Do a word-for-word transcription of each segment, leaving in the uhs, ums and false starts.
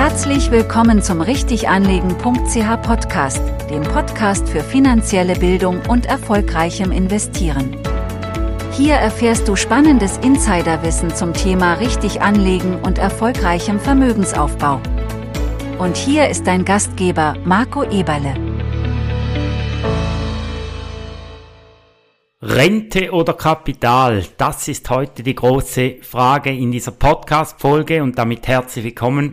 Herzlich willkommen zum richtiganlegen punkt c h Podcast, dem Podcast für finanzielle Bildung und erfolgreichem Investieren. Hier erfährst du spannendes Insiderwissen zum Thema richtig anlegen und erfolgreichem Vermögensaufbau. Und hier ist dein Gastgeber Marco Eberle. Rente oder Kapital? Das ist heute die große Frage in dieser Podcast-Folge und damit herzlich willkommen.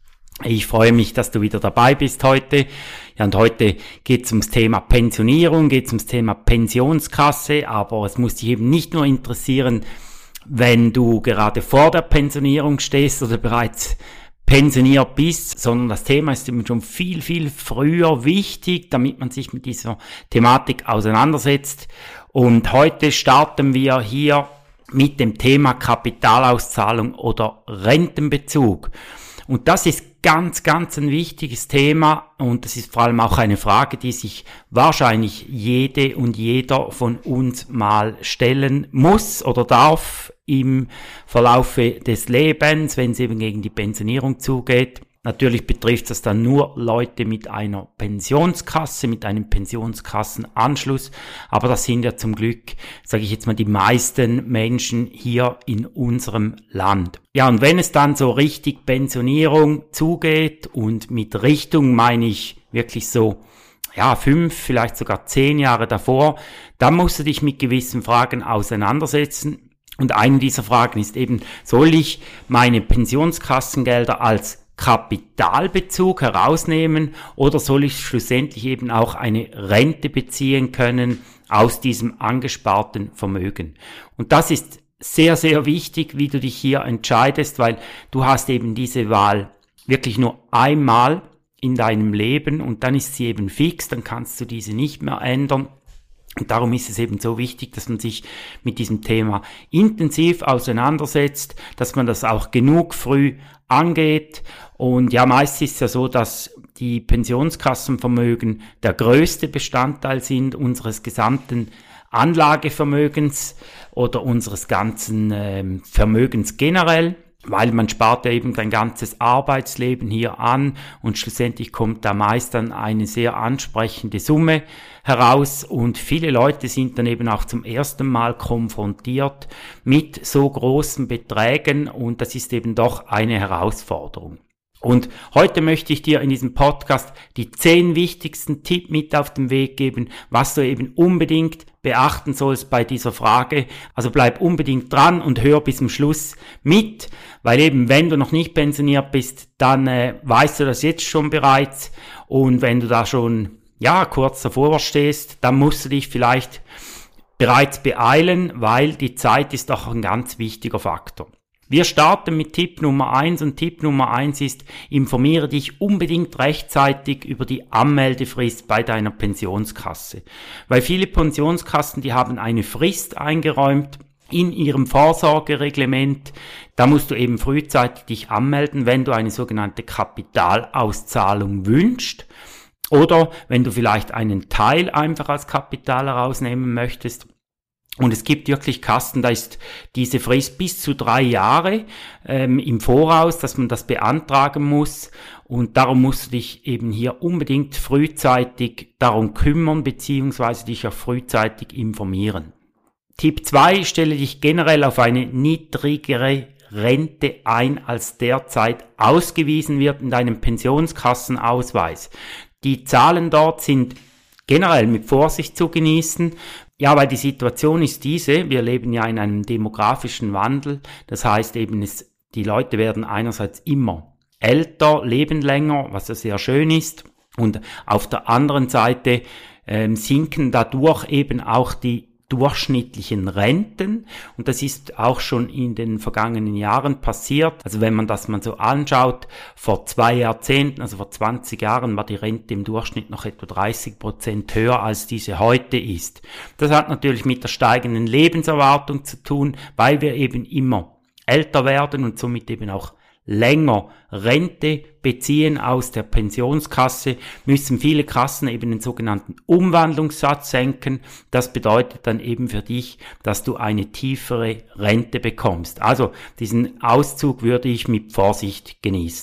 Ich freue mich, dass du wieder dabei bist heute. Ja, und heute geht es ums Thema Pensionierung, geht es ums Thema Pensionskasse, aber es muss dich eben nicht nur interessieren, wenn du gerade vor der Pensionierung stehst oder bereits pensioniert bist, sondern das Thema ist eben schon viel, viel früher wichtig, damit man sich mit dieser Thematik auseinandersetzt. Und heute starten wir hier mit dem Thema Kapitalauszahlung oder Rentenbezug. Und das ist ganz, ganz ein wichtiges Thema und das ist vor allem auch eine Frage, die sich wahrscheinlich jede und jeder von uns mal stellen muss oder darf im Verlaufe des Lebens, wenn es eben gegen die Pensionierung zugeht. Natürlich betrifft das dann nur Leute mit einer Pensionskasse, mit einem Pensionskassenanschluss, aber das sind ja zum Glück, sage ich jetzt mal, die meisten Menschen hier in unserem Land. Ja, und wenn es dann so richtig Pensionierung zugeht und mit Richtung meine ich wirklich so, ja, fünf, vielleicht sogar zehn Jahre davor, dann musst du dich mit gewissen Fragen auseinandersetzen. Und eine dieser Fragen ist eben, soll ich meine Pensionskassengelder als Kapitalbezug herausnehmen oder soll ich schlussendlich eben auch eine Rente beziehen können aus diesem angesparten Vermögen? Und das ist sehr, sehr wichtig, wie du dich hier entscheidest, weil du hast eben diese Wahl wirklich nur einmal in deinem Leben und dann ist sie eben fix, dann kannst du diese nicht mehr ändern. Und darum ist es eben so wichtig, dass man sich mit diesem Thema intensiv auseinandersetzt, dass man das auch genug früh angeht. Und ja, meist ist es ja so, dass die Pensionskassenvermögen der größte Bestandteil sind unseres gesamten Anlagevermögens oder unseres ganzen äh, Vermögens generell. Weil man spart ja eben dein ganzes Arbeitsleben hier an und schlussendlich kommt da meist dann eine sehr ansprechende Summe heraus und viele Leute sind dann eben auch zum ersten Mal konfrontiert mit so großen Beträgen und das ist eben doch eine Herausforderung. Und heute möchte ich dir in diesem Podcast die zehn wichtigsten Tipps mit auf den Weg geben, was du eben unbedingt beachten sollst bei dieser Frage. Also bleib unbedingt dran und hör bis zum Schluss mit, weil eben wenn du noch nicht pensioniert bist, dann äh, weißt du das jetzt schon bereits und wenn du da schon ja kurz davor stehst, dann musst du dich vielleicht bereits beeilen, weil die Zeit ist auch ein ganz wichtiger Faktor. Wir starten mit Tipp Nummer eins und Tipp Nummer eins ist, informiere dich unbedingt rechtzeitig über die Anmeldefrist bei deiner Pensionskasse. Weil viele Pensionskassen, die haben eine Frist eingeräumt in ihrem Vorsorgereglement. Da musst du eben frühzeitig dich anmelden, wenn du eine sogenannte Kapitalauszahlung wünschst. Oder wenn du vielleicht einen Teil einfach als Kapital herausnehmen möchtest. Und es gibt wirklich Kassen, da ist diese Frist bis zu drei Jahre ähm, im Voraus, dass man das beantragen muss. Und darum musst du dich eben hier unbedingt frühzeitig darum kümmern, beziehungsweise dich auch frühzeitig informieren. Tipp zwei, stelle dich generell auf eine niedrigere Rente ein, als derzeit ausgewiesen wird in deinem Pensionskassenausweis. Die Zahlen dort sind generell mit Vorsicht zu genießen. Ja, weil die Situation ist diese, wir leben ja in einem demografischen Wandel, das heißt eben, es, die Leute werden einerseits immer älter, leben länger, was ja sehr schön ist und auf der anderen Seite ähm, sinken dadurch eben auch die durchschnittlichen Renten und das ist auch schon in den vergangenen Jahren passiert. Also wenn man das mal so anschaut, vor zwei Jahrzehnten, also vor zwanzig Jahren war die Rente im Durchschnitt noch etwa dreißig Prozent höher als diese heute ist. Das hat natürlich mit der steigenden Lebenserwartung zu tun, weil wir eben immer älter werden und somit eben auch länger Rente beziehen aus der Pensionskasse, müssen viele Kassen eben den sogenannten Umwandlungssatz senken. Das bedeutet dann eben für dich, dass du eine tiefere Rente bekommst. Also diesen Auszug würde ich mit Vorsicht genießen.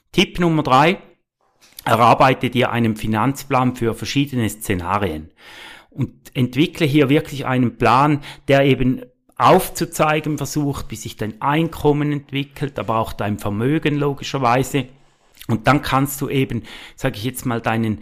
Tipp Nummer drei, erarbeite dir einen Finanzplan für verschiedene Szenarien und entwickle hier wirklich einen Plan, der eben aufzuzeigen versucht, wie sich dein Einkommen entwickelt, aber auch dein Vermögen logischerweise. Und dann kannst du eben, sage ich jetzt mal, deinen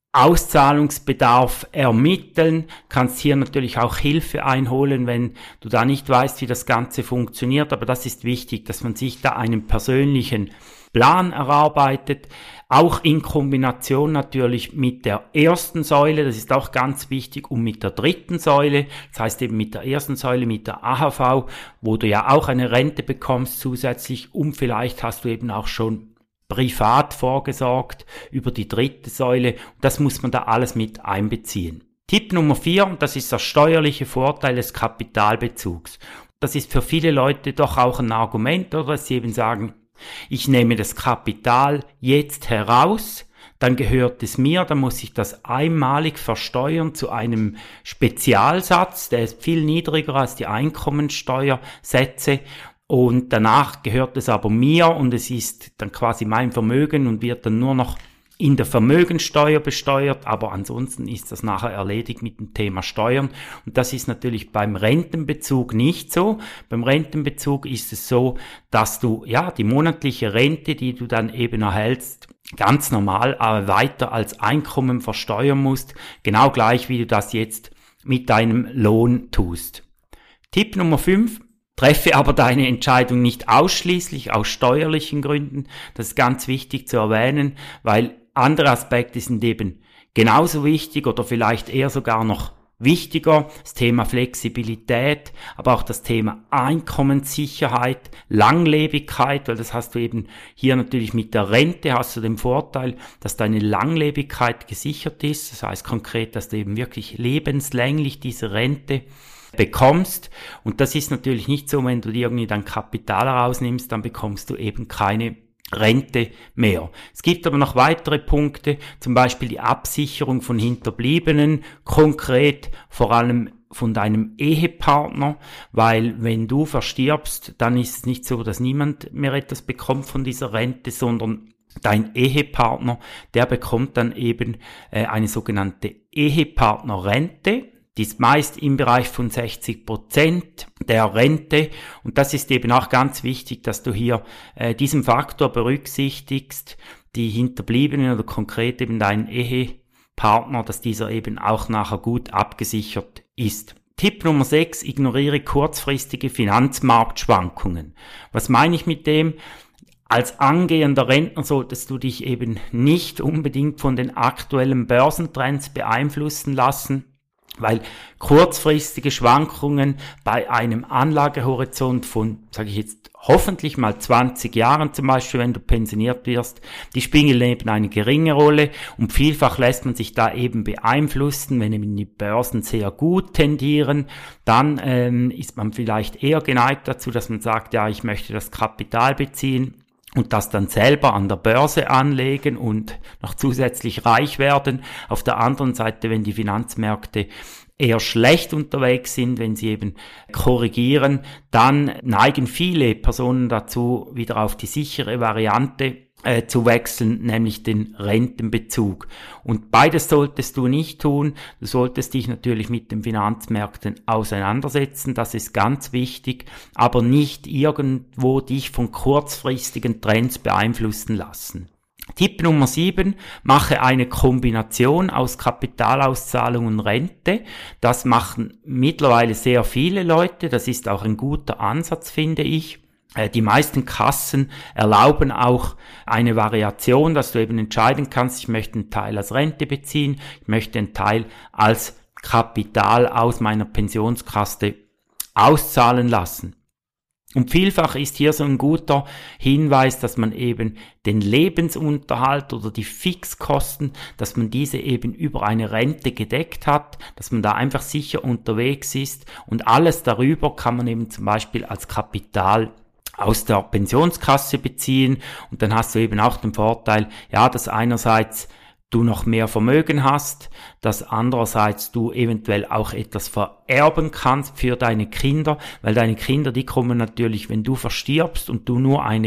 Auszahlungsbedarf ermitteln, kannst hier natürlich auch Hilfe einholen, wenn du da nicht weißt, wie das Ganze funktioniert, aber das ist wichtig, dass man sich da einen persönlichen Plan erarbeitet, auch in Kombination natürlich mit der ersten Säule, das ist auch ganz wichtig, und mit der dritten Säule, das heißt eben mit der ersten Säule, mit der A H V, wo du ja auch eine Rente bekommst zusätzlich, und vielleicht hast du eben auch schon privat vorgesorgt über die dritte Säule. Das muss man da alles mit einbeziehen. Tipp Nummer vier, das ist der steuerliche Vorteil des Kapitalbezugs. Das ist für viele Leute doch auch ein Argument, oder dass sie eben sagen, ich nehme das Kapital jetzt heraus, dann gehört es mir, dann muss ich das einmalig versteuern zu einem Spezialsatz, der ist viel niedriger als die Einkommensteuersätze. Und danach gehört es aber mir und es ist dann quasi mein Vermögen und wird dann nur noch in der Vermögensteuer besteuert, aber ansonsten ist das nachher erledigt mit dem Thema Steuern. Und das ist natürlich beim Rentenbezug nicht so. Beim Rentenbezug ist es so, dass du ja die monatliche Rente, die du dann eben erhältst, ganz normal aber weiter als Einkommen versteuern musst, genau gleich wie du das jetzt mit deinem Lohn tust. Tipp Nummer fünf. Treffe aber deine Entscheidung nicht ausschließlich aus steuerlichen Gründen. Das ist ganz wichtig zu erwähnen, weil andere Aspekte sind eben genauso wichtig oder vielleicht eher sogar noch wichtiger. Das Thema Flexibilität, aber auch das Thema Einkommenssicherheit, Langlebigkeit, weil das hast du eben hier natürlich mit der Rente, hast du den Vorteil, dass deine Langlebigkeit gesichert ist. Das heißt konkret, dass du eben wirklich lebenslänglich diese Rente bekommst, und das ist natürlich nicht so, wenn du dir irgendwie dein Kapital rausnimmst, dann bekommst du eben keine Rente mehr. Es gibt aber noch weitere Punkte, zum Beispiel die Absicherung von Hinterbliebenen, konkret vor allem von deinem Ehepartner, weil wenn du verstirbst, dann ist es nicht so, dass niemand mehr etwas bekommt von dieser Rente, sondern dein Ehepartner, der bekommt dann eben äh, eine sogenannte Ehepartnerrente. Die ist meist im Bereich von sechzig Prozent der Rente, und das ist eben auch ganz wichtig, dass du hier äh, diesen Faktor berücksichtigst, die Hinterbliebenen oder konkret eben deinen Ehepartner, dass dieser eben auch nachher gut abgesichert ist. Tipp Nummer sechs, ignoriere kurzfristige Finanzmarktschwankungen. Was meine ich mit dem? Als angehender Rentner solltest du dich eben nicht unbedingt von den aktuellen Börsentrends beeinflussen lassen, weil kurzfristige Schwankungen bei einem Anlagehorizont von, sage ich jetzt, hoffentlich mal zwanzig Jahren zum Beispiel, wenn du pensioniert wirst, die spielen eben eine geringe Rolle, und vielfach lässt man sich da eben beeinflussen, wenn eben die Börsen sehr gut tendieren, dann ähm, ist man vielleicht eher geneigt dazu, dass man sagt, ja, ich möchte das Kapital beziehen und das dann selber an der Börse anlegen und noch zusätzlich reich werden. Auf der anderen Seite, wenn die Finanzmärkte eher schlecht unterwegs sind, wenn sie eben korrigieren, dann neigen viele Personen dazu, wieder auf die sichere Variante äh, zu wechseln, nämlich den Rentenbezug. Und beides solltest du nicht tun. Du solltest dich natürlich mit den Finanzmärkten auseinandersetzen, das ist ganz wichtig, aber nicht irgendwo dich von kurzfristigen Trends beeinflussen lassen. Tipp Nummer sieben, mache eine Kombination aus Kapitalauszahlung und Rente. Das machen mittlerweile sehr viele Leute, das ist auch ein guter Ansatz, finde ich. Die meisten Kassen erlauben auch eine Variation, dass du eben entscheiden kannst, ich möchte einen Teil als Rente beziehen, ich möchte einen Teil als Kapital aus meiner Pensionskasse auszahlen lassen. Und vielfach ist hier so ein guter Hinweis, dass man eben den Lebensunterhalt oder die Fixkosten, dass man diese eben über eine Rente gedeckt hat, dass man da einfach sicher unterwegs ist, und alles darüber kann man eben zum Beispiel als Kapital aus der Pensionskasse beziehen, und dann hast du eben auch den Vorteil, ja, dass einerseits du noch mehr Vermögen hast, dass andererseits du eventuell auch etwas vererben kannst für deine Kinder, weil deine Kinder, die kommen natürlich, wenn du verstirbst und du nur eine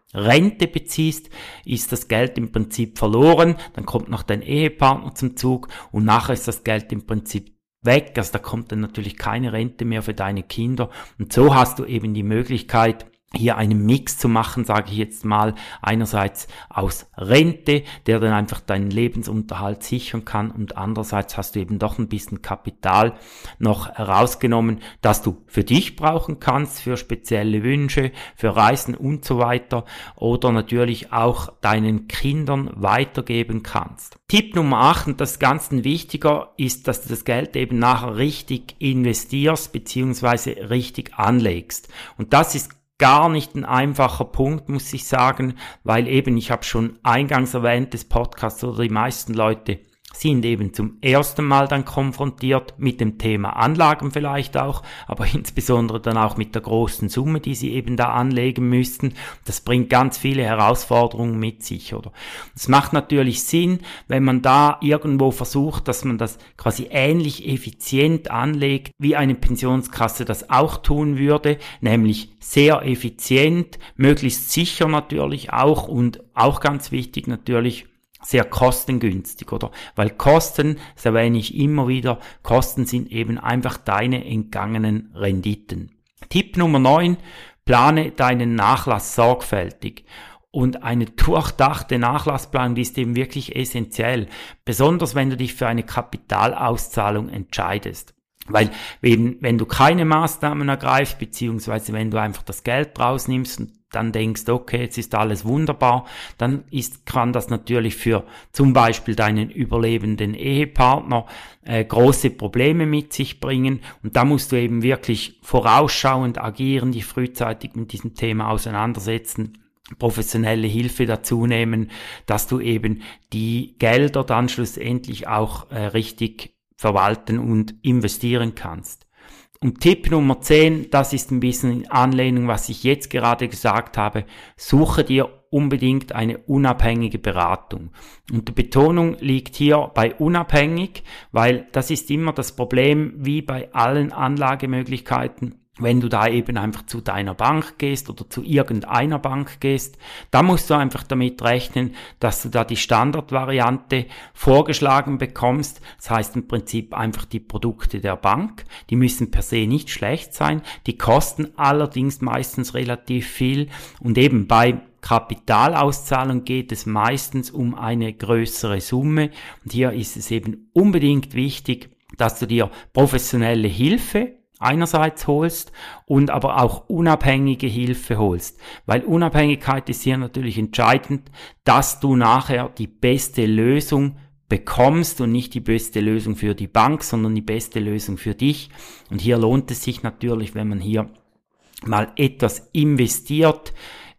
Rente beziehst, ist das Geld im Prinzip verloren, dann kommt noch dein Ehepartner zum Zug und nachher ist das Geld im Prinzip weg, also da kommt dann natürlich keine Rente mehr für deine Kinder und so hast du eben die Möglichkeit, hier einen Mix zu machen, sage ich jetzt mal, einerseits aus Rente, der dann einfach deinen Lebensunterhalt sichern kann und andererseits hast du eben doch ein bisschen Kapital noch herausgenommen, das du für dich brauchen kannst, für spezielle Wünsche, für Reisen und so weiter oder natürlich auch deinen Kindern weitergeben kannst. Tipp Nummer acht, und das ist ganz ein wichtiger, ist, dass du das Geld eben nachher richtig investierst bzw. richtig anlegst. Und das ist gar nicht ein einfacher Punkt, muss ich sagen, weil eben, ich habe schon eingangs erwähnt des Podcasts, oder die meisten Leute sind eben zum ersten Mal dann konfrontiert mit dem Thema Anlagen vielleicht auch, aber insbesondere dann auch mit der großen Summe, die sie eben da anlegen müssten. Das bringt ganz viele Herausforderungen mit sich, oder? Es macht natürlich Sinn, wenn man da irgendwo versucht, dass man das quasi ähnlich effizient anlegt, wie eine Pensionskasse das auch tun würde, nämlich sehr effizient, möglichst sicher natürlich auch und auch ganz wichtig natürlich, sehr kostengünstig, oder? Weil Kosten, das erwähne ich immer wieder, Kosten sind eben einfach deine entgangenen Renditen. Tipp Nummer neun, plane deinen Nachlass sorgfältig. Und eine durchdachte Nachlassplanung, die ist eben wirklich essentiell, besonders wenn du dich für eine Kapitalauszahlung entscheidest. Weil wenn, wenn du keine Maßnahmen ergreifst, beziehungsweise wenn du einfach das Geld rausnimmst und dann denkst, okay, jetzt ist alles wunderbar, dann ist, kann das natürlich für zum Beispiel deinen überlebenden Ehepartner äh, große Probleme mit sich bringen. Und da musst du eben wirklich vorausschauend agieren, dich frühzeitig mit diesem Thema auseinandersetzen, professionelle Hilfe dazu nehmen, dass du eben die Gelder dann schlussendlich auch äh, richtig verwalten und investieren kannst. Und Tipp Nummer zehn, das ist ein bisschen in Anlehnung, was ich jetzt gerade gesagt habe, suche dir unbedingt eine unabhängige Beratung. Und die Betonung liegt hier bei unabhängig, weil das ist immer das Problem, wie bei allen Anlagemöglichkeiten. Wenn du da eben einfach zu deiner Bank gehst oder zu irgendeiner Bank gehst, da musst du einfach damit rechnen, dass du da die Standardvariante vorgeschlagen bekommst. Das heißt im Prinzip einfach die Produkte der Bank. Die müssen per se nicht schlecht sein. Die kosten allerdings meistens relativ viel. Und eben bei Kapitalauszahlung geht es meistens um eine größere Summe. Und hier ist es eben unbedingt wichtig, dass du dir professionelle Hilfe einerseits holst und aber auch unabhängige Hilfe holst. Weil Unabhängigkeit ist hier natürlich entscheidend, dass du nachher die beste Lösung bekommst und nicht die beste Lösung für die Bank, sondern die beste Lösung für dich. Und hier lohnt es sich natürlich, wenn man hier mal etwas investiert,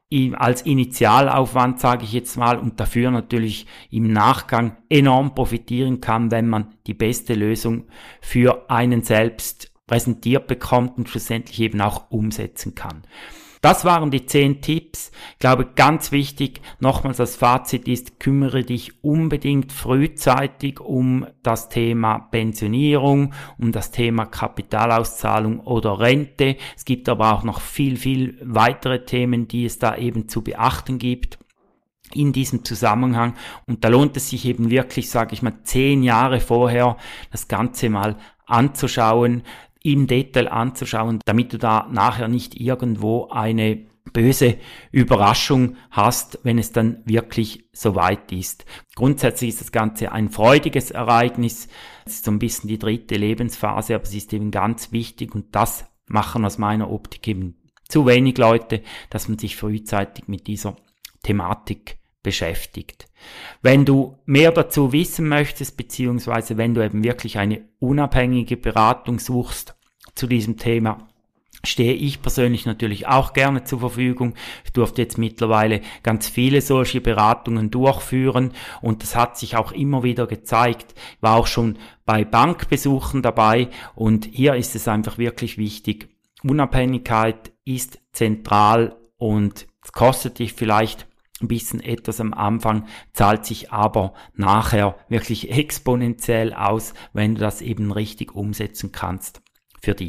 als Initialaufwand, sage ich jetzt mal, und dafür natürlich im Nachgang enorm profitieren kann, wenn man die beste Lösung für einen selbst präsentiert bekommt und schlussendlich eben auch umsetzen kann. Das waren die zehn Tipps. Ich glaube, ganz wichtig, nochmals das Fazit ist, kümmere dich unbedingt frühzeitig um das Thema Pensionierung, um das Thema Kapitalauszahlung oder Rente. Es gibt aber auch noch viel, viel weitere Themen, die es da eben zu beachten gibt in diesem Zusammenhang. Und da lohnt es sich eben wirklich, sage ich mal, zehn Jahre vorher das Ganze mal anzuschauen, im Detail anzuschauen, damit du da nachher nicht irgendwo eine böse Überraschung hast, wenn es dann wirklich soweit ist. Grundsätzlich ist das Ganze ein freudiges Ereignis. Es ist so ein bisschen die dritte Lebensphase, aber es ist eben ganz wichtig und das machen aus meiner Optik eben zu wenig Leute, dass man sich frühzeitig mit dieser Thematik beschäftigt. Wenn du mehr dazu wissen möchtest, beziehungsweise wenn du eben wirklich eine unabhängige Beratung suchst zu diesem Thema, stehe ich persönlich natürlich auch gerne zur Verfügung. Ich durfte jetzt mittlerweile ganz viele solche Beratungen durchführen und das hat sich auch immer wieder gezeigt. Ich war auch schon bei Bankbesuchen dabei und hier ist es einfach wirklich wichtig. Unabhängigkeit ist zentral und es kostet dich vielleicht ein bisschen etwas am Anfang, zahlt sich aber nachher wirklich exponentiell aus, wenn du das eben richtig umsetzen kannst für dich.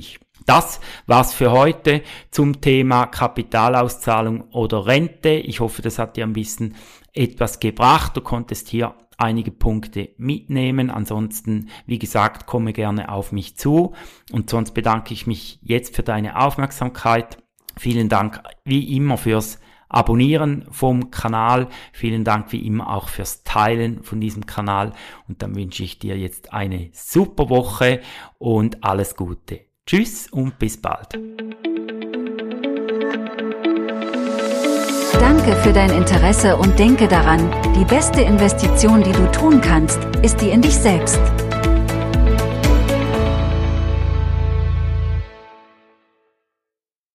Das war's für heute zum Thema Kapitalauszahlung oder Rente. Ich hoffe, das hat dir ein bisschen etwas gebracht. Du konntest hier einige Punkte mitnehmen. Ansonsten, wie gesagt, komme gerne auf mich zu. Und sonst bedanke ich mich jetzt für deine Aufmerksamkeit. Vielen Dank wie immer fürs Abonnieren vom Kanal. Vielen Dank wie immer auch fürs Teilen von diesem Kanal. Und dann wünsche ich dir jetzt eine super Woche und alles Gute. Tschüss und bis bald. Danke für dein Interesse und denke daran, die beste Investition, die du tun kannst, ist die in dich selbst.